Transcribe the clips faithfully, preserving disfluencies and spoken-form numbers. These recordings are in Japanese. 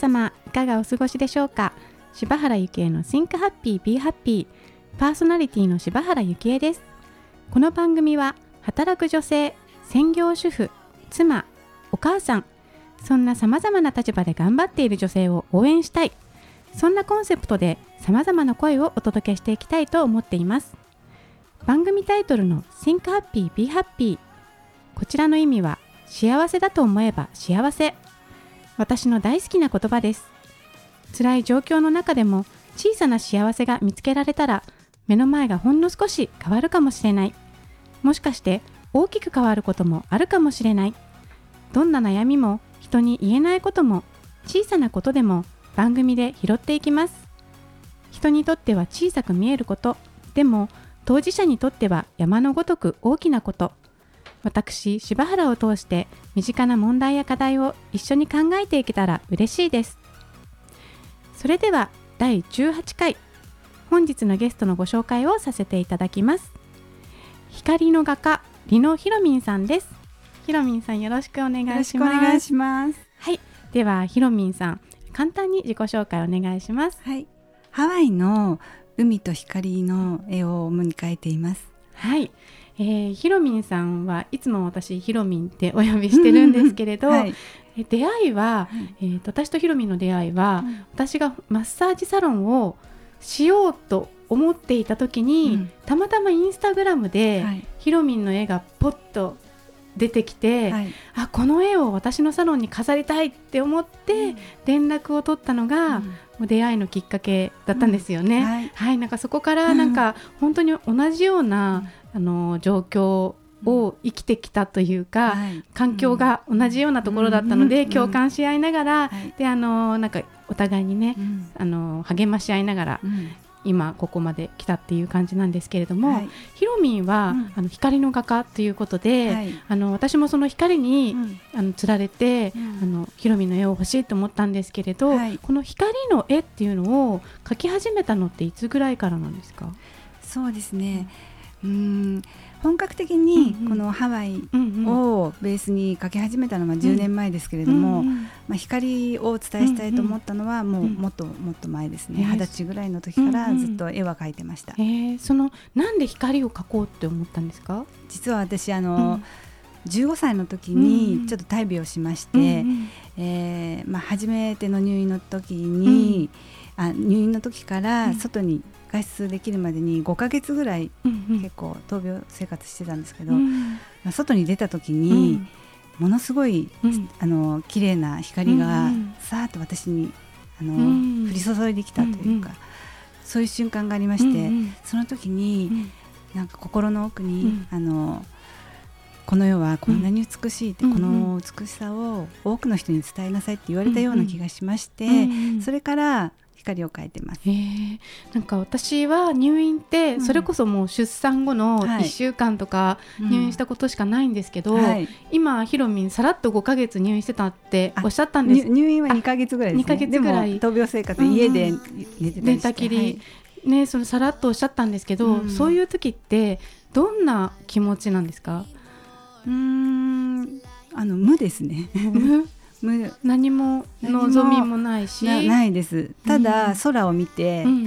様いかがお過ごしでしょうか。柴原ゆきえの Think Happy Be Happy パーソナリティの柴原ゆきえです。この番組は働く女性、専業主婦、妻、お母さん、そんな様々な立場で頑張っている女性を応援したい、そんなコンセプトで様々な声をお届けしていきたいと思っています。番組タイトルの Think Happy Be Happy、 こちらの意味は幸せだと思えば幸せ。私の大好きな言葉です。辛い状況の中でも小さな幸せが見つけられたら、目の前がほんの少し変わるかもしれない。もしかして大きく変わることもあるかもしれない。どんな悩みも人に言えないことも、小さなことでも番組で拾っていきます。人にとっては小さく見えること、でも当事者にとっては山のごとく大きなこと。私、柴原を通して身近な問題や課題を一緒に考えていけたら嬉しいです。それではだいじゅうはちかい、本日のゲストのご紹介をさせていただきます。光の画家、リノひろみんさんです。ひろみんさん、よろしくお願いします。 よろしくお願いします。 はい、ではひろみんさん、簡単に自己紹介お願いします。 はい、ハワイの海と光の絵を主に描いています。 はい、えー、ひろみんさんはいつも私ひろみんってお呼びしてるんですけれど、はい、え出会いは、はいえー、と私とひろみんの出会いは、うん、私がマッサージサロンをしようと思っていた時に、うん、たまたまインスタグラムで、はい、ひろみんの絵がポッと出てきて、はい、あこの絵を私のサロンに飾りたいって思って連絡を取ったのが、うん、もう出会いのきっかけだったんですよね、うんはいはい、なんかそこからなんか本当に同じような、うん、あの状況を生きてきたというか、はい、環境が同じようなところだったので、うん、共感し合いながら、うん、であのなんかお互いにね、うん、あの励まし合いながら、うん今ここまで来たっていう感じなんですけれども、はい、ひろみんは、うん、あの光の画家ということで、はい、あの私もその光に、うん、あの釣られて、うん、あのひろみんの絵を欲しいと思ったんですけれど、はい、この光の絵っていうのを描き始めたのっていつぐらいからなんですか？ そうですね、うーん本格的にこのハワイをベースに描き始めたのはじゅうねんまえですけれども、うんうんまあ、光をお伝えしたいと思ったのはもうもっともっと前ですね。はたちぐらいの時からずっと絵は描いてました、 うんうんえー、そのなんで光を描こうって思ったんですか？ 実は私あの、うんじゅうごさいの時にちょっと大病しまして、うんうんえーまあ、初めての入院の時に、うん、あ入院の時から外に外出できるまでにごかげつぐらい結構闘病生活してたんですけど、うんまあ、外に出た時にものすごい、うん、あの綺麗な光がさーっと私にあの、うん、降り注いできたというか、うん、そういう瞬間がありまして、うん、その時に、うん、なんか心の奥に、うん、あのこの世はこんなに美しいって、うん、この美しさを多くの人に伝えなさいって言われたような気がしまして、うんうん、それから光を描いてます。 えー、なんか私は入院ってそれこそもう出産後のいっしゅうかんとか入院したことしかないんですけど、うんはい、今ひろみんさらっとごかげつ入院してたっておっしゃったんです。 入院はにかげつぐらいですね。にかげつぐらいでも闘病生活家で寝てたりして、 寝たきり、はいね、そのさらっとおっしゃったんですけど、うん、そういう時ってどんな気持ちなんですか？ うーんあの無ですね無何も望みもないしな, ないですただ、うん、空を見て、うんうんうん、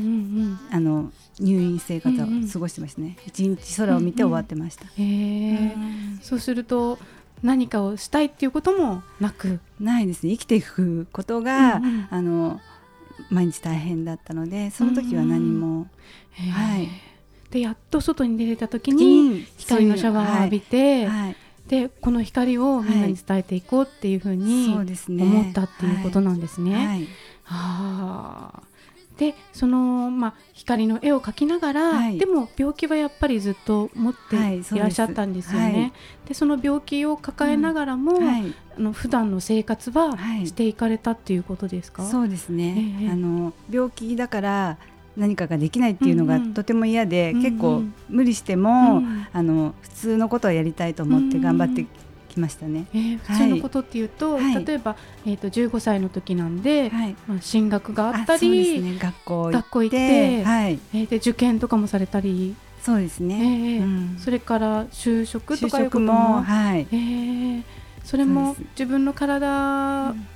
あの入院生活を過ごしてましたね、うんうん、一日空を見て終わってました、うんうんへー、そうすると何かをしたいっていうこともなくないですね。生きていくことが、うんうん、あの毎日大変だったのでその時は何も、うんはい、 でやっと外に出れた時に光のシャワーを浴びて、はいはい、でこの光をみんなに伝えていこうっていうふうに思ったっていうことなんですね、はいはい、はでその、まあ、光の絵を描きながら、はい、でも病気はやっぱりずっと持っていらっしゃったんですよね、はい、で, でその病気を抱えながらも、うんはい、あの普段の生活はしていかれたっていうことですか？ そうですね、えー、あの病気だから何かができないっていうのがとても嫌で、うんうん、結構無理しても、うん、あの普通のことをやりたいと思って頑張ってきましたね、 うんえー、普通のことっていうと、はい、例えば、えー、とじゅうごさいの時なんで、はいまあ、進学があったりそうですね、学校行って、 学校行って、はいえー、で受験とかもされたりそうですね、 えーうん、それから就職とかいうことも、 就職も、はいえー、それも自分の体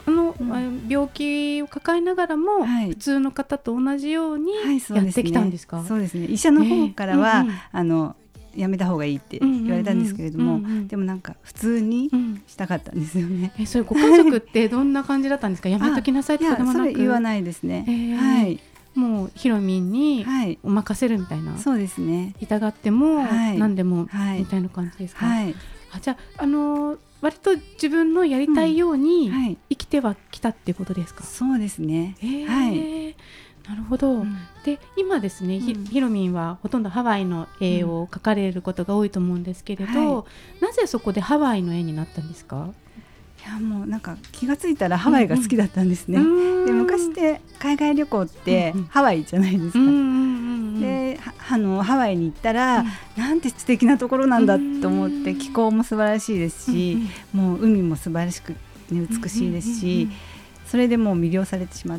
あの、 うん、 病気を抱えながらも、はい、普通の方と同じようにやってきたんですか？ はい、そうですね、そうですね。医者の方からは、えーうんうん、あのやめた方がいいって言われたんですけれども、うんうんうん、でもなんか普通にしたかったんですよね、 うん、えそれご家族ってどんな感じだったんですか？やめときなさいってこともなく。 いや、それ言わないですね、 えー、 はい、 もうひろみんにお任せるみたいな、はい、 そうですね、 痛がっても何でも、 はい、 みたいな感じですか？ はい、 あ、じゃあ、あのー、割と自分のやりたいように生きてはきたっていうことですか？ うん、そうですね、 えー、 はい、 なるほど、うん、で今ですね、うん、ひろみんはほとんどハワイの絵を描かれることが多いと思うんですけれど、うんはい、なぜそこでハワイの絵になったんですか？ いや、もうなんか気がついたらハワイが好きだったんですね、うんうん、で昔って海外旅行ってハワイじゃないですか、うんうん、であのハワイに行ったら、うん、なんて素敵なところなんだと思って、気候も素晴らしいですし、うんうん、もう海も素晴らしく、ね、美しいですし、うんうんうんうん、それでもう魅了されてしまって、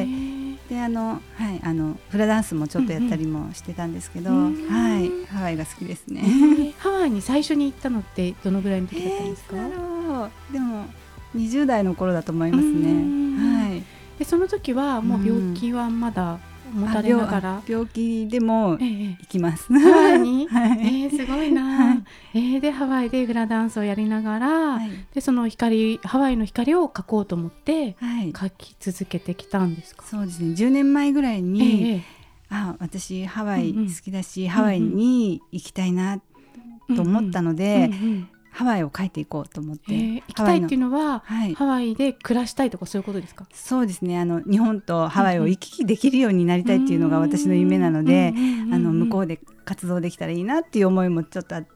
であの、はい、あのフラダンスもちょっとやったりもしてたんですけど、うんうん、はい、ハワイが好きですね、えー、ハワイに最初に行ったのってどのぐらいの時だったんですか？ えー、でもにじゅう代の頃だと思いますね、はい、 でその時はもう病気はまだ持たれながら、 うん、病, 病気でも行きます、 ええ、ハワイに、 はい、 えー、すごいな、はい、えー、でハワイでフラダンスをやりながら、はい、でその光ハワイの光を描こうと思って描き続けてきたんですか？ はい、そうですね、じゅうねんまえぐらいに、ええ、あ私ハワイ好きだし、うんうん、ハワイに行きたいなと思ったので、うんうんうんうん、ハワイを描いていこうと思って、えー、 行きたいっていうのは、はい、ハワイで暮らしたいとかそういうことですか？ そうですね、あの日本とハワイを行き来できるようになりたいっていうのが私の夢なので、あの向こうで活動できたらいいなっていう思いもちょっとあって、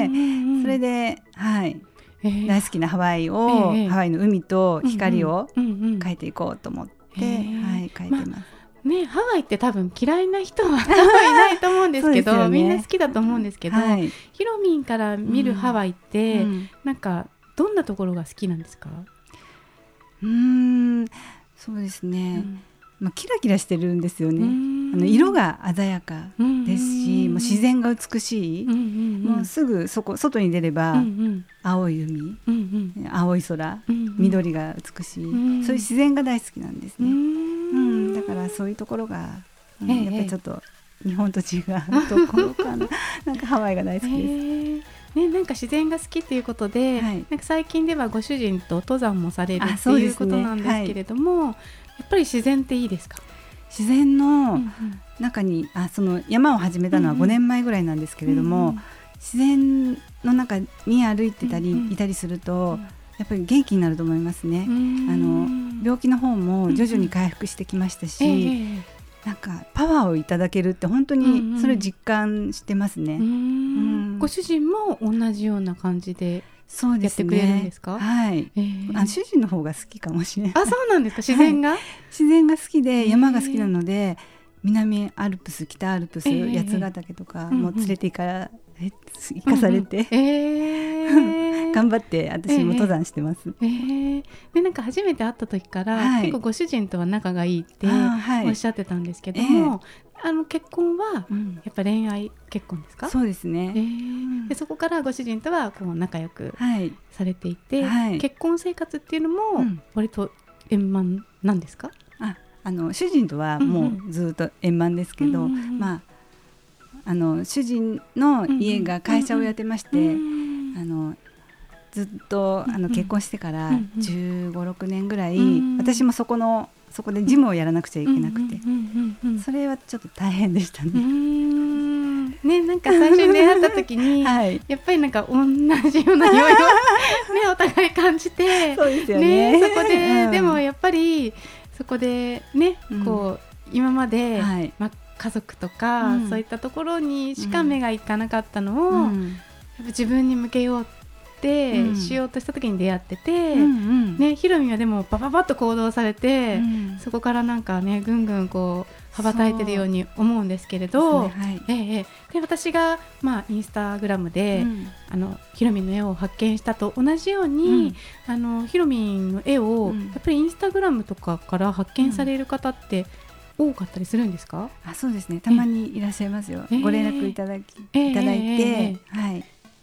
それで、はい、えー、大好きなハワイを、えー、ハワイの海と光を描いていこうと思って、えーはい、描いてます、まね、ハワイって多分嫌いな人はあんまりいないと思うんですけどね、みんな好きだと思うんですけど、はい、ヒロミンから見るハワイって、うん、なんかどんなところが好きなんですか？ うーん、そうですね、うん、まあ、キラキラしてるんですよね。あの色が鮮やかですし、もう自然が美しい、うんうんうん、もうすぐそこ外に出れば、うんうん、青い海、うんうん、青い空、うんうん、緑が美しい、うん、そういう自然が大好きなんですね、うんうん、だからそういうところが、うん、やっぱりちょっと日本と違うところかななんかハワイが大好きです、 ね、なんか自然が好きっていうことで、はい、なんか最近ではご主人と登山もされるっていうことなんですけれども、はい、やっぱり自然っていいですか？ 自然の中に、うんうん、あその山を始めたのはごねんまえぐらいなんですけれども、うんうん、自然の中に歩いてたり、うんうん、いたりするとやっぱり元気になると思いますね、うん、あの病気の方も徐々に回復してきましたし、うんうんえーなんかパワーをいただけるって本当にそれ実感してますね、うんうん、 ご主人も同じような感じでやってくれるんですか？ はい、えー、あ主人の方が好きかもしれない。 あ、そうなんですか。自然が、はい、 自然が好きで山が好きなので、南アルプス北アルプス、えー、八ヶ岳とかも連れて行か、うんうん、行かされて、うんうんえー、頑張って私も登山してます、えーえー、でなんか初めて会った時から、はい、結構ご主人とは仲がいいっておっしゃってたんですけども、はいあの結婚はやっぱ恋愛結婚ですか？ うん、そうですね、 えー、でそこからご主人とはこう仲良くされていて、はい、結婚生活っていうのも割と円満なんですか？ うん、ああの主人とはもうずっと円満ですけど、うんうん、まあ、あの主人の家が会社をやってまして、うんうん、あのずっとあの結婚してからじゅうご、ろくねんぐらい、うんうん、私もそこのそこでジムをやらなくちゃいけなくて、それはちょっと大変でしたね。うーんね、なんか最初に出会った時に、はい、やっぱりなんか同じような匂いを、ね、お互い感じてそうですよね、 ね、そこで、うん、でもやっぱりそこでね、こう今まで、はいまあ、家族とか、うん、そういったところにしか目がいかなかったのを、うん、やっぱ自分に向けようってうん、しようとした時に出会ってて、うんうんね、ひろみはでもバババッと行動されて、うん、そこからなんかねぐんぐんこう羽ばたいてるように思うんですけれど、ねはいええ、で私が、まあ、インスタグラムで、うん、あのひろみんの絵を発見したと同じように、うん、あのひろみんの絵を、うん、やっぱりインスタグラムとかから発見される方って多かったりするんですか？ あそうですね、たまにいらっしゃいますよ、ご連絡いただき、いただいて、はい、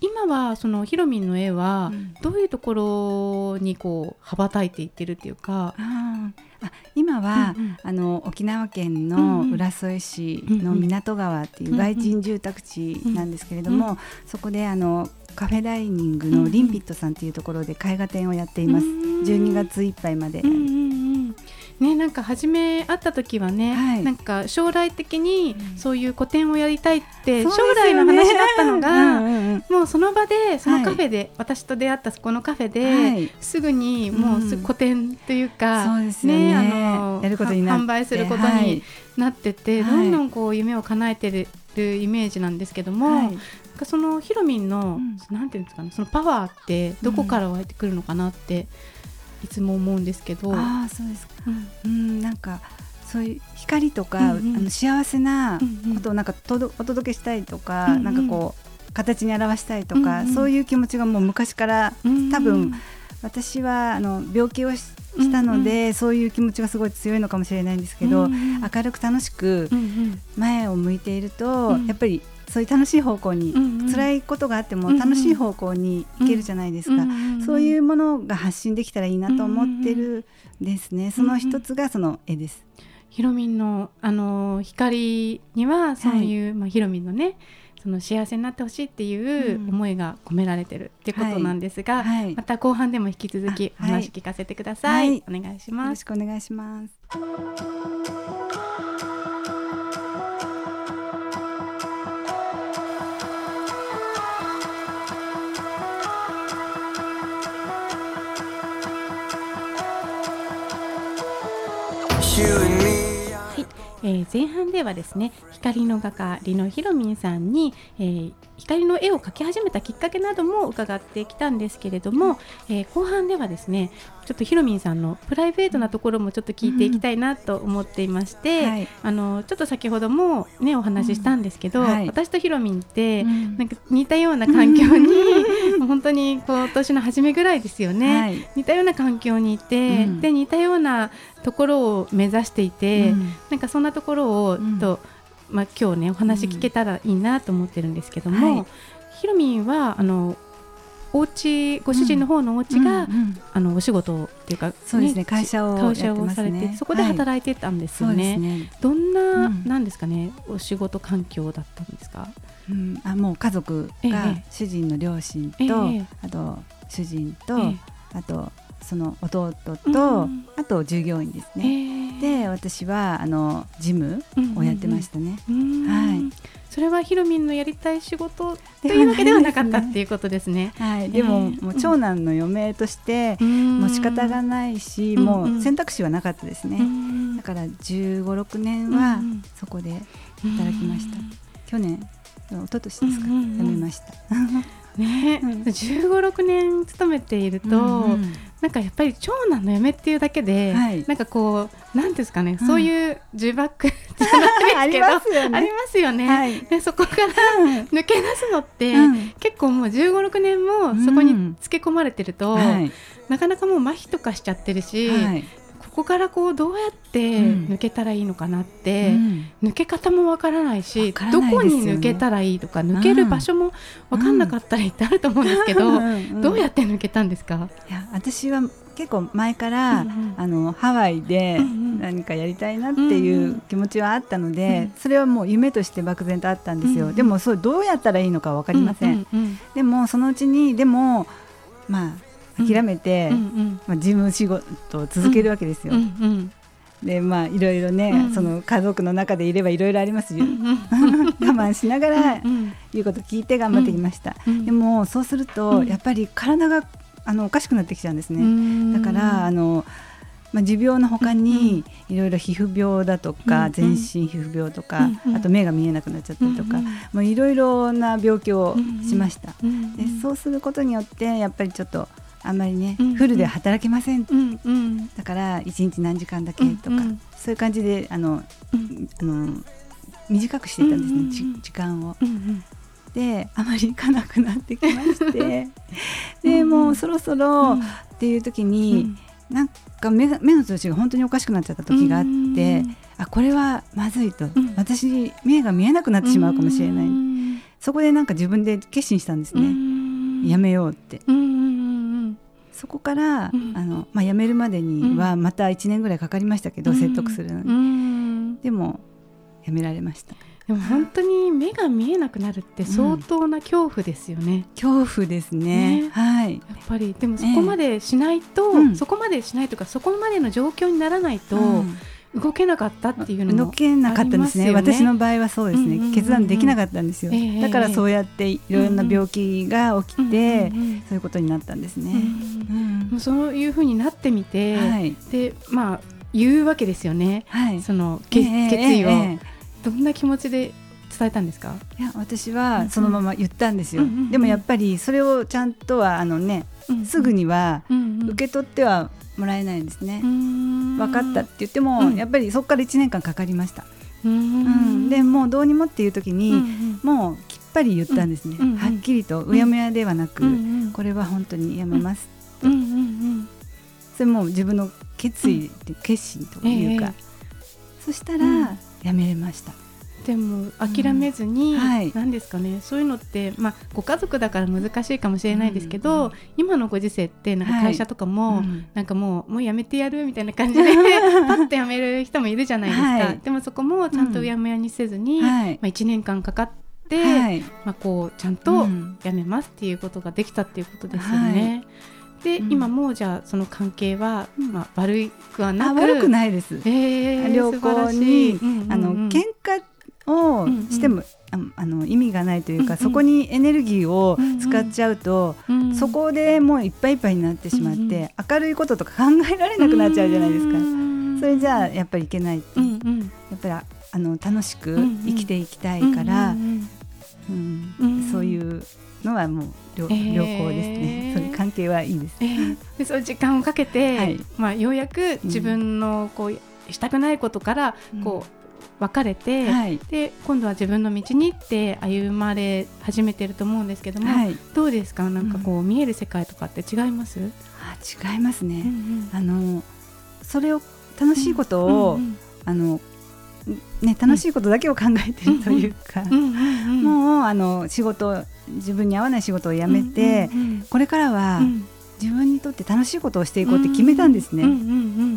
今はそのひろみんの絵はどういうところにこう羽ばたいていってるっていうか、 ああ今は、うんうん、あの沖縄県の浦添市の港川っていう外人住宅地なんですけれども、うんうん、そこであのカフェダイニングのリンピットさんっていうところで絵画展をやっています、うん、じゅうにがついっぱいまで、うんうんうんね、なんか初め会った時はね、はい、なんか将来的にそういう個展をやりたいって将来の話だったのが、うんうん、もうその場でそのカフェで、はい、私と出会ったそこのカフェで、はい、すぐにもうすぐ個展というか、うん、そうですよね、ね、あのやることになって販売することになってて、はい、どんどんこう夢を叶えてるイメージなんですけども、はい、そのひろみんの、うん、なんていうんですかね、そのパワーってどこから湧いてくるのかなって、うんいつも思うんですけど、 あそうですか、うんうん、なんかそういう光とか、うんうん、あの幸せなことをなんかとどお届けしたいとか、うんうん、なんかこう形に表したいとか、うんうん、そういう気持ちがもう昔から、うんうん、多分私はあの病気を し, したので、うんうん、そういう気持ちがすごい強いのかもしれないんですけど、うんうん、明るく楽しく前を向いていると、うんうん、やっぱりそういう楽しい方向に、うんうん、辛いことがあっても楽しい方向に行けるじゃないですか、うんうん、そういうものが発信できたらいいなと思ってるですね、うんうん、その一つがその絵です。 ひろみんの、あの光にはそういう、はいまあ、ひろみんのねその幸せになってほしいっていう思いが込められてるってことなんですが、うんはい、また後半でも引き続きお話聞かせてください、はい、お願いします。 よろしくお願いします。 えー、前半ではですね光の画家リノ・ヒロミンさんに、えー、光の絵を描き始めたきっかけなども伺ってきたんですけれども、えー、後半ではですねちょっとヒロミンさんのプライベートなところもちょっと聞いていきたいなと思っていまして、うんはい、あのちょっと先ほども、ね、お話ししたんですけど、うんはい、私とヒロミンって、うん、なんか似たような環境に、うん、本当に今年の初めぐらいですよね、はい、似たような環境にいて、うん、で似たようなところを目指していて、うん、なんかそんなところを、うんとまあ、今日ねお話聞けたらいいなと思ってるんですけども、うんはい、ひろみんはあのお家ご主人の方のお家が、うんうん、あのお仕事っていうか、ね、 そうですね会社をやってますね。 されてそこで働いてたんですよね、はい、そうですね。どんな、うん、なんですかねお仕事環境だったんですか？ うん、あもう家族が主人の両親と、ええ、あと主人と、え、あとその弟と、うん、あと従業員ですね、で私はあのジムをやってましたね、うんうんうん、はい。 それはひろみんのやりたい仕事というわけではなかったっていうことですね。 はい、でも、もう長男の嫁として、うん、もう仕方がないし、うん、もう選択肢はなかったですね、うん、だからじゅうご、ろくねんはそこで働きました、うん、去年一昨年ですか、うんうんうん、辞めましたね、うん、じゅうご、ろくねん勤めていると、うんうん、なんかやっぱり長男の嫁っていうだけで、はい、なんかこうなんですかね、うん、そういう呪縛じゃないですけどありますよね、ありますよね、はい、でそこから抜け出すのって、うん、結構もうじゅうご、ろくねんもそこにつけ込まれてると、うんはい、なかなかもう麻痺とかしちゃってるし、はいここからこうどうやって抜けたらいいのかなって、うん、抜け方もわからないし、どこに抜けたらいいとか抜ける場所もわかんなかったりってあると思うんですけど、うん、どうやって抜けたんですか？ いや私は結構前から、うんうん、あのハワイで何かやりたいなっていう気持ちはあったので、うんうん、それはもう夢として漠然とあったんですよ、うんうん、でもそれどうやったらいいのかわかりません、うんうんうん、でもそのうちにでもまあ諦めて、うんうんまあ、事務仕事を続けるわけですよ、うんうん、でまあいろいろね、うん、その家族の中でいればいろいろありますよ、うん、我慢しながら言うこと聞いて頑張ってきました、うん、でもそうするとやっぱり体があのおかしくなってきちゃうんですね、うん、だからあの、まあ、持病の他にいろいろ皮膚病だとか、うん、全身皮膚病とか、うん、あと目が見えなくなっちゃったりとか、うん、いろいろな病気をしました、うん、でそうすることによってやっぱりちょっとあんまりね、うんうん、フルで働けません、うんうん、だからいちにち何時間だけとか、うんうん、そういう感じであの、うん、あの短くしていたんですね、うんうん、時間を、うんうん、であまり行かなくなってきましてでもうそろそろっていう時に、うん、なんか 目, 目の調子が本当におかしくなっちゃった時があって、うん、あこれはまずいと、うん、私目が見えなくなってしまうかもしれない、うん、そこでなんか自分で決心したんですね、うんやめようって、 うんうんうんうん、 そこから、 うん、 あのまあ、やめるまでにはまたいちねんぐらいかかりましたけど、うん、説得するのに、うん、でもやめられました。 でも本当に目が見えなくなるって相当な恐怖ですよね、 うん、恐怖です ね, ね、はい、 やっぱりでもそこまでしないと、えー、そこまでしないとかそこまでの状況にならないと、うん動けなかったっていうのもありますよね。動けなかったんですね。 私の場合はそうですね、うんうんうん、決断できなかったんですよ、えー、だからそうやっていろんな病気が起きて、うんうん、そういうことになったんですね、 うんうん、そういうふうになってみて、はい、でまあ言うわけですよね、はい、その決、えー、決意を、えー、どんな気持ちで伝えたんですか？ いや私はそのまま言ったんですよ、うんうんうん、でもやっぱりそれをちゃんとはあの、ねうんうん、すぐには受け取ってはもらえないんですね、うん、分かったって言っても、うん、やっぱりそこからいちねんかんかかりました、うんうん、でもうどうにもっていう時に、うんうん、もうきっぱり言ったんですね、うんうん、はっきりとうやむやではなく、うんうん、これは本当にやめますと、うんうんうん、それも自分の決意、うん、決心というか、えー、そしたら、うん、やめれました。 でも諦めずに、うんはい、何ですかね、そういうのって、まあ、ご家族だから難しいかもしれないですけど、うんうん、今のご時世ってなんか会社とかも、はい、なんかもう、もうやめてやるみたいな感じでパッとやめる人もいるじゃないですか、はい、でもそこもちゃんとうやむやにせずに、うんはいまあ、いちねんかんかかって、はいまあ、こうちゃんとやめますっていうことができたっていうことですよね、はいで、うん、今もじゃあその関係は、まあ、悪くはなく悪くないです、 えー、 良好に、うんうんうん、あの喧嘩をしても、うんうん、ああの意味がないというか、うんうん、そこにエネルギーを使っちゃうと、うんうん、そこでもういっぱいいっぱいになってしまって、うんうん、明るいこととか考えられなくなっちゃうじゃないですか、うん、それじゃあやっぱりいけないって、うんうん、やっぱりあの楽しく生きていきたいから、うんうんうん、そういうのはもう 良, 良好ですね、そういう関係はいいです、 えー、でそういう時間をかけて、はいまあ、ようやく自分のこうしたくないことからこう、うん別れて、はい、で今度は自分の道にって歩まれ始めてると思うんですけども、はい、どうですか？なんかこう、うん、見える世界とかって違います？ あ違いますね、うんうん、あのそれを楽しいことを、うんうんうん、あのね、楽しいことだけを考えてるというか、うんうんうんうん、もうあの仕事自分に合わない仕事をやめて、うんうんうん、これからは、うん自分にとって楽しいことをしていこうって決めたんですね、うんうんうんうん、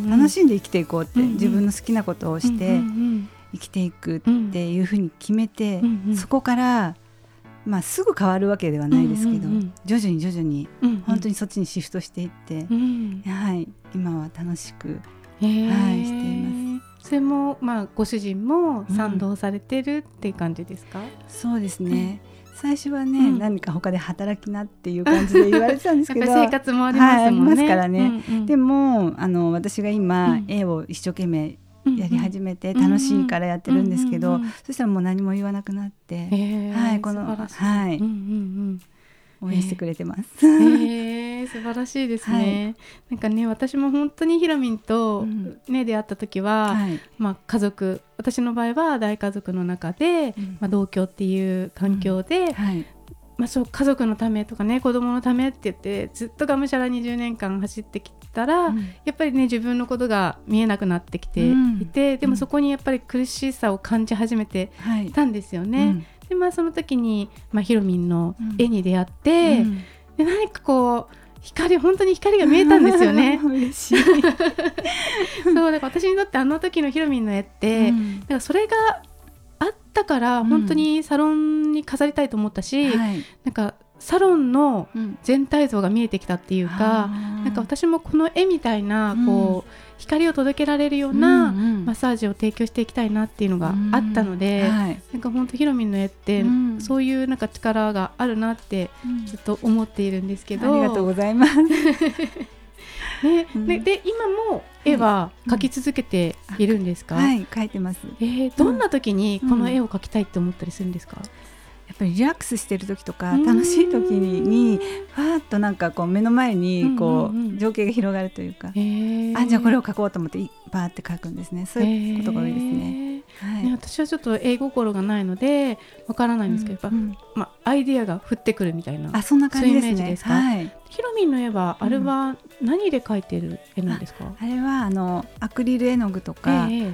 楽しんで生きていこうって、うんうん、自分の好きなことをして生きていくっていうふうに決めて、うんうん、そこから、まあ、すぐ変わるわけではないですけど、うんうんうん、徐々に徐々に本当にそっちにシフトしていって、うんうんはい、今は楽しく、はい、しています。 それも、まあ、ご主人も賛同されてるっていう感じですか？うん、 そうですね、うん最初はね、うん、何か他で働きなっていう感じで言われてたんですけど生活もありますもんね、はい、ありますからね、 うんうん、 でもあの私が今、うん、絵を一生懸命やり始めて楽しいからやってるんですけど、うんうんうん、そしたらもう何も言わなくなって、えー、はいこのはい、うんうんうん応援してくれてます、 えーえー、素晴らしいですね、はい、なんかね私も本当にひろみんと、ね、出会った時は、はいまあ、家族私の場合は大家族の中で、うんまあ、同居っていう環境で、うんはいまあ、そう家族のためとかね子供のためって言ってずっとがむしゃらにじゅうねんかん走ってきたら、うん、やっぱりね自分のことが見えなくなってきていて、うん、でもそこにやっぱり苦しさを感じ始めてたんですよね、はいうんでまあ、その時に、まあ、ひろみんの絵に出会って、うん、で何かこう光本当に光が見えたんですよね嬉しいそうだから私にとってあの時のひろみんの絵って、うん、だからそれがあったから本当にサロンに飾りたいと思ったし、うんはい、なんかサロンの全体像が見えてきたっていうか、うん、なんか私もこの絵みたいなこう、うん光を届けられるようなマッサージを提供していきたいなっていうのがあったので、うんはい、なんか本当ひろみんの絵って、うん、そういうなんか力があるなってずっと思っているんですけど、 うん、ありがとうございますねうん、で, で今も絵は描き続けているんですか？ はい、はい、描いてます、 えー、どんな時にこの絵を描きたいって思ったりするんですか？ やっぱりリラックスしてる時とか楽しい時にファーッとなんかこう目の前にこう情景が広がるというか、あじゃあこれを描こうと思ってバーって描くんですね。そういうことが多いですね、はい、 ね私はちょっと絵心がないのでわからないんですけど、うんうんまあ、アイディアが降ってくるみたいなあそんな感じですね。 そういうイメージですか？はい、ひろみんの絵はあれは何で描いてる絵なんですか？ うん、あ, あれはあのアクリル絵の具とか、えー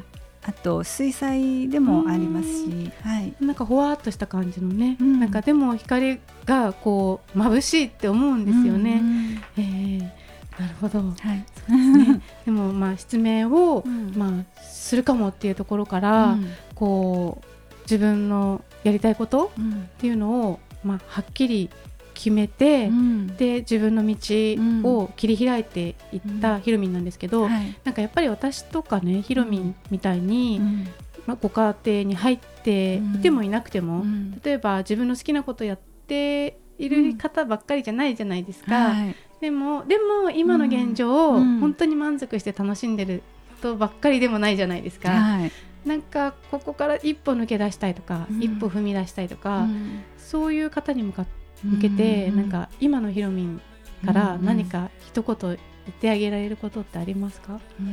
あと水彩でもありますし、はい、 なんかほわっとした感じのね、 うん、 なんかでも光がこう眩しいって思うんですよね、うんうん、えー、なるほど、はい、そうですねでもまあ失明を、うん、まあ、するかもっていうところから、うん、こう自分のやりたいことっていうのを、まあ、はっきり決めて、うん、で自分の道を切り開いていったひろみんなんですけど、うん、はい、なんかやっぱり私とかねひろみんみたいに、うん、まあ、ご家庭に入っていてもいなくても、うん、例えば自分の好きなことやっている方ばっかりじゃないじゃないですか、うん、はい、でも、でも今の現状を本当に満足して楽しんでる人ばっかりでもないじゃないですか、はい、なんかここから一歩抜け出したいとか、うん、一歩踏み出したいとか、うん、そういう方に向かって向けて、うんうん、なんか今のひろみんから何か一言言ってあげられることってありますか？ うん、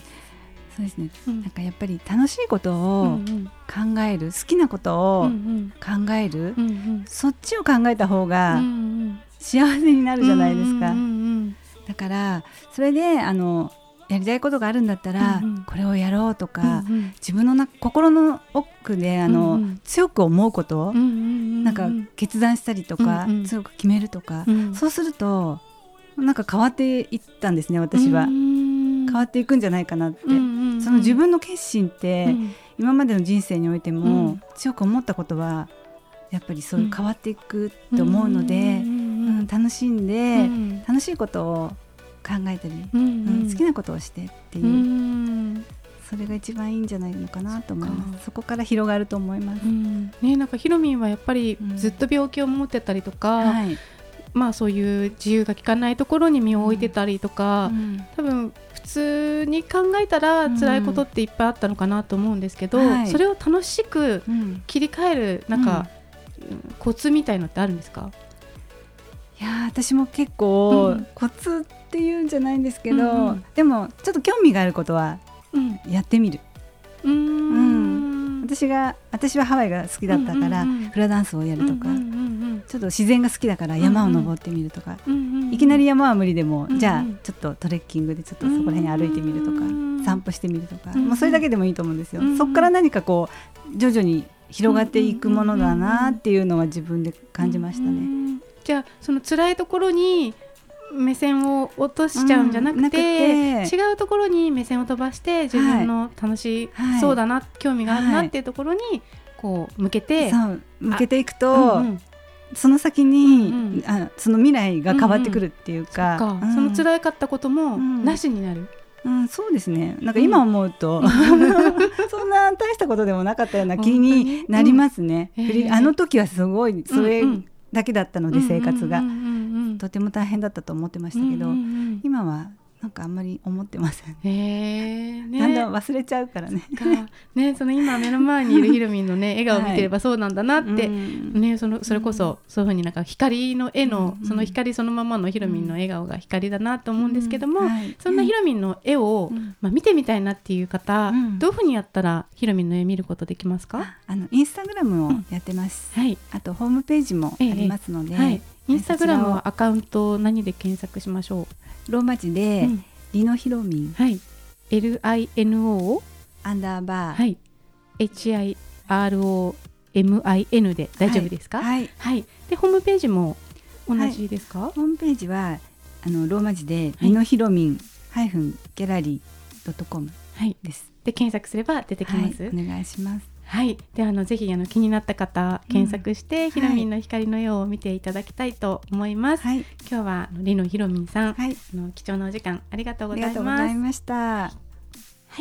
そうですね、うん、なんかやっぱり楽しいことを考える、うんうん、好きなことを考える、うんうん、そっちを考えた方が幸せになるじゃないですか、うんうんうん、だからそれであのやりたいことがあるんだったら、うんうん、これをやろうとか、うんうん、自分のな心の奥であの、うんうん、強く思うこと、うんうんうん、なんか決断したりとか、うんうん、強く決めるとか、うん、そうするとなんか変わっていったんですね、私は、うん、変わっていくんじゃないかなって、うんうんうん、その自分の決心って、うん、今までの人生においても、うん、強く思ったことはやっぱりそういう変わっていくと思うので、うんうんうん、楽しんで、うん、楽しいことを考えたり、うんうんうん、好きなことをしてっていう、うん、それが一番いいんじゃないのかなと思います。 そ, そこから広がると思います、うんね、なんかひろみんはやっぱりずっと病気を持ってたりとか、うん、はい、まあ、そういう自由が利かないところに身を置いてたりとか、うん、多分普通に考えたら辛いことっていっぱいあったのかなと思うんですけど、うん、はい、それを楽しく切り替えるなんか、うん、コツみたいのってあるんですか？ いや私も結構、うん、コツっていうんじゃないんですけど、うんうん、でもちょっと興味があることはやってみる、うんうん、私が私はハワイが好きだったから、うんうんうん、フラダンスをやるとか、うんうんうん、ちょっと自然が好きだから山を登ってみるとか、うんうん、いきなり山は無理でも、うんうん、じゃあちょっとトレッキングでちょっとそこら辺歩いてみるとか、うんうん、散歩してみるとか、うんうん、もうそれだけでもいいと思うんですよ、うんうん、そこから何かこう徐々に広がっていくものだなっていうのは自分で感じましたね、うんうんうん、 じゃあその辛いところに目線を落としちゃうんじゃなくて、うん、なくて違うところに目線を飛ばして自分の楽しそうだな、はい、興味があるなっていうところにこう向けて、 はい、そう向けていくと、うんうん、その先に、うんうん、あその未来が変わってくるっていうか、 うんうん、そ, か、うん、その辛かったこともなしになる、 うんうん、そうですね、なんか今思うと、うん、そんな大したことでもなかったような気になりますね、うん、あの時はすごいそれだけだったので、うんうん、生活が、うんうんうんうん、とても大変だったと思ってましたけど、うんうんうん、今はなんかあんまり思ってません、 へー、ね、 だんだん忘れちゃうからねね、その今目の前にいるひろみんの、ね、笑顔を見てればそうなんだなって、はい、ね、そのそれこそそういう風になんか光の絵の、うん、その光そのままのひろみんの笑顔が光だなと思うんですけども、うん、はい、そんなひろみんの絵を、うん、まあ、見てみたいなっていう方、うん、どういう風にやったらひろみんの絵見ることできますか？ あのインスタグラムをやってます、うん、はい、あとホームページもありますので、ええ、はい、 インスタグラムはアカウントを何で検索しましょう？ ローマ字で、うん、リノヒロミン、 はい、エルアイエヌオーアンダーバー、 はい、エイチアイアールオーエムアイエヌ で大丈夫ですか？ はい、はい、 でホームページも同じですか？ はい、ホームページはあのローマ字で、はい、リノヒロミンハイフンギャラリードットコムです、 はい、で検索すれば出てきます、 はい、お願いします。 はい、であのぜひあの気になった方検索して、うん、ひろみんの光の絵を見ていただきたいと思います、はい、今日はリノひろみんさん、はい、あの貴重なお時間ありがとうございます。 ありがとうございました。 はい、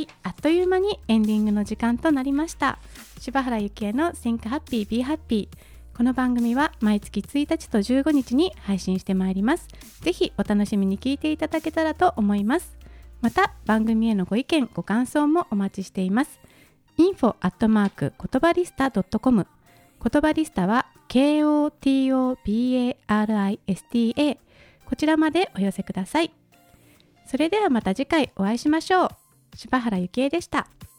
あっという間にエンディングの時間となりました。柴原幸恵の Think Happy Be Happy、 この番組は毎月ついたちとじゅうごにちに配信してまいります。ぜひお楽しみに聞いていただけたらと思います。また番組へのご意見ご感想もお待ちしています。インフォ アットマーク 言葉リスタ ドットコム、 言葉リスタは ケーオーティーオービーエーアールアイエスティーエー、 こちらまでお寄せください。それではまた次回お会いしましょう。柴原幸恵でした。